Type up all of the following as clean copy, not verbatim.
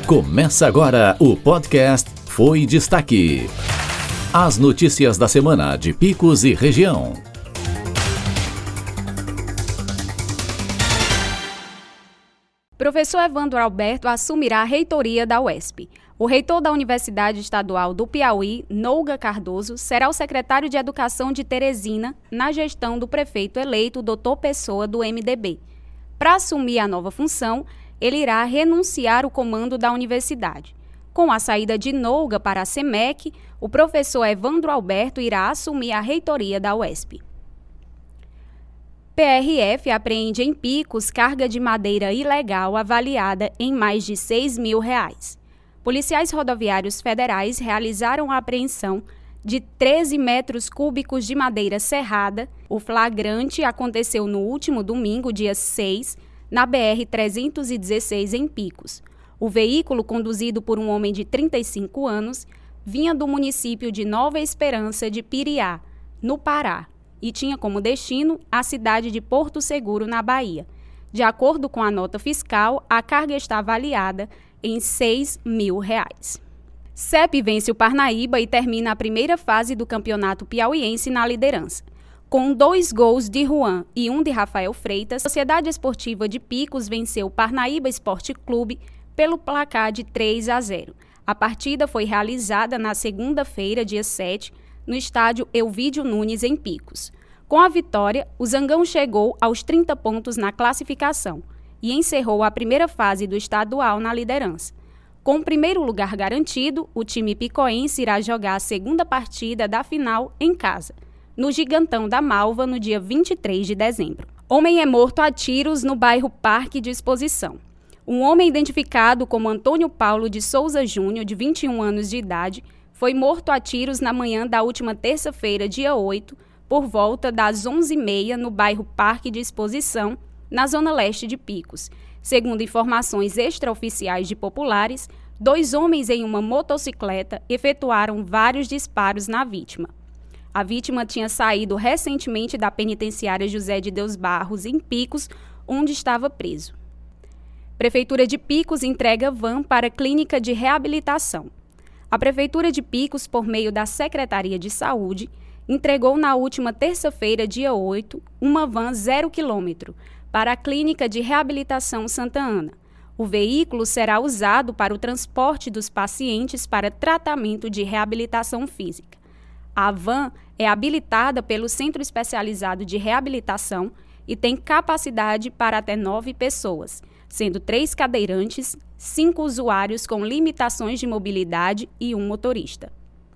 Começa agora o podcast Foi Destaque. As notícias da semana de Picos e região. Professor Evandro Alberto assumirá a reitoria da UESP. O reitor da Universidade Estadual do Piauí, Nouga Cardoso, será o secretário de Educação de Teresina na gestão do prefeito eleito, Dr. Pessoa, do MDB. Para assumir a nova função, ele irá renunciar o comando da universidade. Com a saída de Nouga para a SEMEC, o professor Evandro Alberto irá assumir a reitoria da UESP. PRF apreende em Picos carga de madeira ilegal avaliada em mais de R$6 mil. Policiais rodoviários federais realizaram a apreensão de 13 metros cúbicos de madeira serrada. O flagrante aconteceu no último domingo, dia 6, na BR-316 em Picos. O veículo, conduzido por um homem de 35 anos, vinha do município de Nova Esperança de Piriá, no Pará, e tinha como destino a cidade de Porto Seguro, na Bahia. De acordo com a nota fiscal, a carga está avaliada em R$6 mil. CEP vence o Parnaíba e termina a primeira fase do campeonato piauiense na liderança. Com 2 gols de Juan e 1 de Rafael Freitas, a Sociedade Esportiva de Picos venceu o Parnaíba Esporte Clube pelo placar de 3-0. A partida foi realizada na segunda-feira, dia 7, no estádio Elvídio Nunes, em Picos. Com a vitória, o Zangão chegou aos 30 pontos na classificação e encerrou a primeira fase do estadual na liderança. Com o primeiro lugar garantido, o time picoense irá jogar a segunda partida da final em casa, no Gigantão da Malva, no dia 23 de dezembro. Homem é morto a tiros no bairro Parque de Exposição. Um homem identificado como Antônio Paulo de Souza Júnior, de 21 anos de idade, foi morto a tiros na manhã da última terça-feira, dia 8, por volta das 11h30, no bairro Parque de Exposição, na zona leste de Picos. Segundo informações extraoficiais de populares, 2 homens em uma motocicleta efetuaram vários disparos na vítima. A vítima tinha saído recentemente da penitenciária José de Deus Barros, em Picos, onde estava preso. Prefeitura de Picos entrega van para a clínica de reabilitação. A Prefeitura de Picos, por meio da Secretaria de Saúde, entregou na última terça-feira, dia 8, uma van 0 km para a Clínica de Reabilitação Santa Ana. O veículo será usado para o transporte dos pacientes para tratamento de reabilitação física. A van é habilitada pelo Centro Especializado de Reabilitação e tem capacidade para até 9 pessoas, sendo 3 cadeirantes, 5 usuários com limitações de mobilidade e 1 motorista.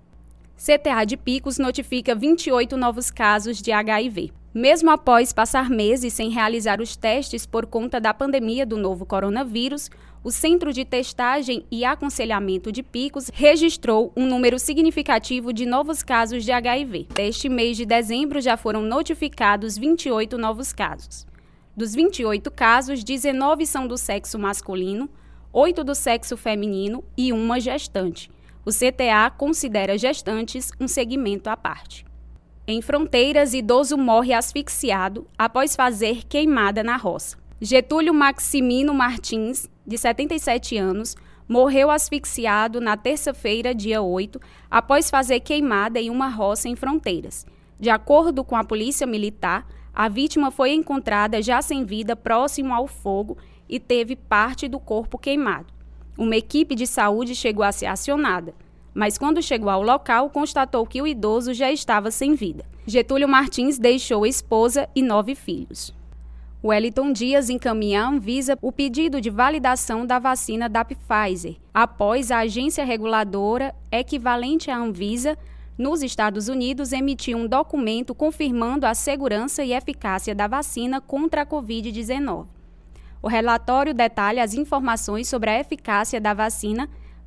CTA de Picos notifica 28 novos casos de HIV. Mesmo após passar meses sem realizar os testes por conta da pandemia do novo coronavírus, o Centro de Testagem e Aconselhamento de Picos registrou um número significativo de novos casos de HIV. Neste mês de dezembro já foram notificados 28 novos casos. Dos 28 casos, 19 são do sexo masculino, 8 do sexo feminino e 1 gestante. O CTA considera gestantes um segmento à parte. Em Fronteiras, idoso morre asfixiado após fazer queimada na roça. Getúlio Maximino Martins, de 77 anos, morreu asfixiado na terça-feira, dia 8, após fazer queimada em uma roça em Fronteiras. De acordo com a Polícia Militar, a vítima foi encontrada já sem vida próximo ao fogo e teve parte do corpo queimado. Uma equipe de saúde chegou a ser acionada, mas quando chegou ao local, constatou que o idoso já estava sem vida. Getúlio Martins deixou esposa e 9 filhos. Wellington Dias encaminha à Anvisa o pedido de validação da vacina da Pfizer, após a agência reguladora equivalente à Anvisa, nos Estados Unidos, emitir um documento confirmando a segurança e eficácia da vacina contra a Covid-19. O relatório detalha as informações sobre a eficácia da vacina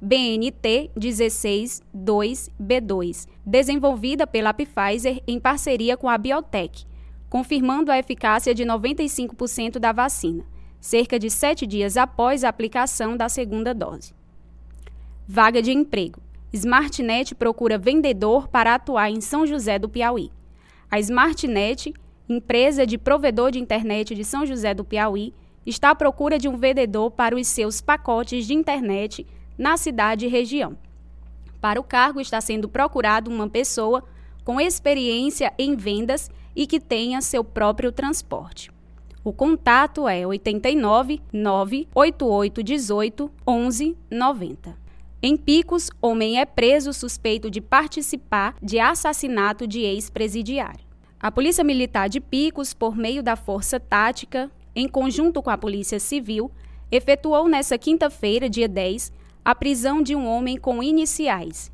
BNT 162B2, desenvolvida pela Pfizer em parceria com a Biotech, confirmando a eficácia de 95% da vacina, cerca de 7 dias após a aplicação da segunda dose. Vaga de emprego. Smartnet procura vendedor para atuar em São José do Piauí. A Smartnet, empresa de provedor de internet de São José do Piauí, está à procura de um vendedor para os seus pacotes de internet na cidade e região. Para o cargo está sendo procurado uma pessoa com experiência em vendas e que tenha seu próprio transporte. O contato é 89 98818 1190. Em Picos, homem é preso suspeito de participar de assassinato de ex-presidiário. A Polícia Militar de Picos, por meio da Força Tática, em conjunto com a Polícia Civil, efetuou nesta quinta-feira, dia 10, a prisão de um homem com iniciais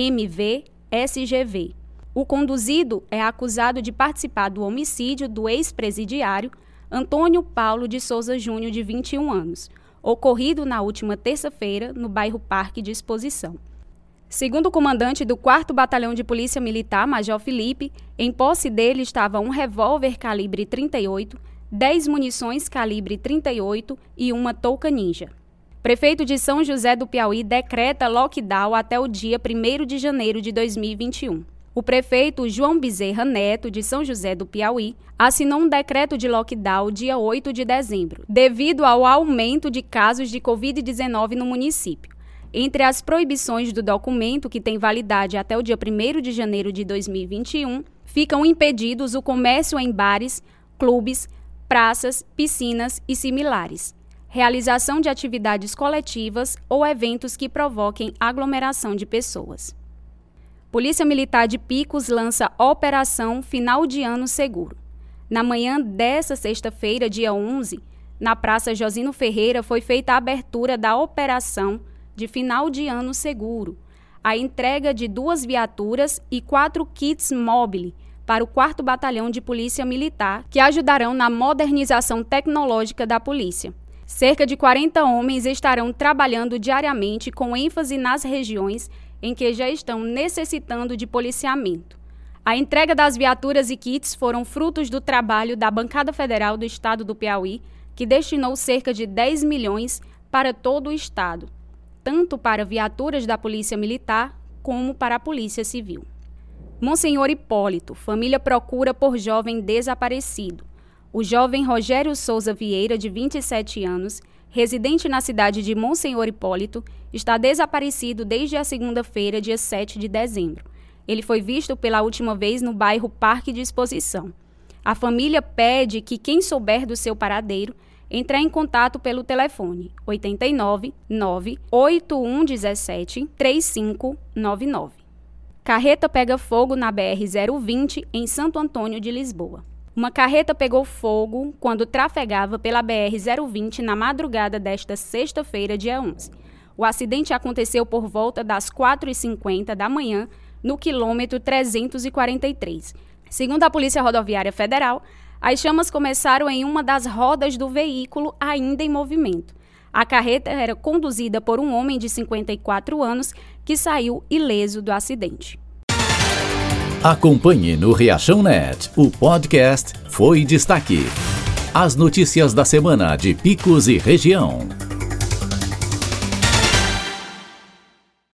MV-SGV. O conduzido é acusado de participar do homicídio do ex-presidiário Antônio Paulo de Souza Júnior, de 21 anos, ocorrido na última terça-feira no bairro Parque de Exposição. Segundo o comandante do 4º Batalhão de Polícia Militar, Major Felipe, em posse dele estava um revólver calibre 38, 10 munições calibre 38 e uma touca ninja. Prefeito de São José do Piauí decreta lockdown até o dia 1º de janeiro de 2021. O prefeito João Bezerra Neto, de São José do Piauí, assinou um decreto de lockdown dia 8 de dezembro, devido ao aumento de casos de Covid-19 no município. Entre as proibições do documento, que tem validade até o dia 1º de janeiro de 2021, ficam impedidos o comércio em bares, clubes, praças, piscinas e similares, realização de atividades coletivas ou eventos que provoquem aglomeração de pessoas. Polícia Militar de Picos lança Operação Final de Ano Seguro. Na manhã desta sexta-feira, dia 11, na Praça Josino Ferreira, foi feita a abertura da Operação de Final de Ano Seguro, a entrega de 2 viaturas e 4 kits móveis para o 4º Batalhão de Polícia Militar, que ajudarão na modernização tecnológica da polícia. Cerca de 40 homens estarão trabalhando diariamente com ênfase nas regiões em que já estão necessitando de policiamento. A entrega das viaturas e kits foram frutos do trabalho da Bancada Federal do Estado do Piauí, que destinou cerca de 10 milhões para todo o Estado, tanto para viaturas da Polícia Militar como para a Polícia Civil. Monsenhor Hipólito, família procura por jovem desaparecido. O jovem Rogério Souza Vieira, de 27 anos, residente na cidade de Monsenhor Hipólito, está desaparecido desde a segunda-feira, dia 7 de dezembro. Ele foi visto pela última vez no bairro Parque de Exposição. A família pede que quem souber do seu paradeiro entre em contato pelo telefone 89 98117 3599. Carreta pega fogo na BR-020 em Santo Antônio de Lisboa. Uma carreta pegou fogo quando trafegava pela BR-020 na madrugada desta sexta-feira, dia 11. O acidente aconteceu por volta das 4h50 da manhã, no quilômetro 343. Segundo a Polícia Rodoviária Federal, as chamas começaram em uma das rodas do veículo ainda em movimento. A carreta era conduzida por um homem de 54 anos que saiu ileso do acidente. Acompanhe no Riachão Net. O podcast Foi Destaque. As notícias da semana de Picos e região.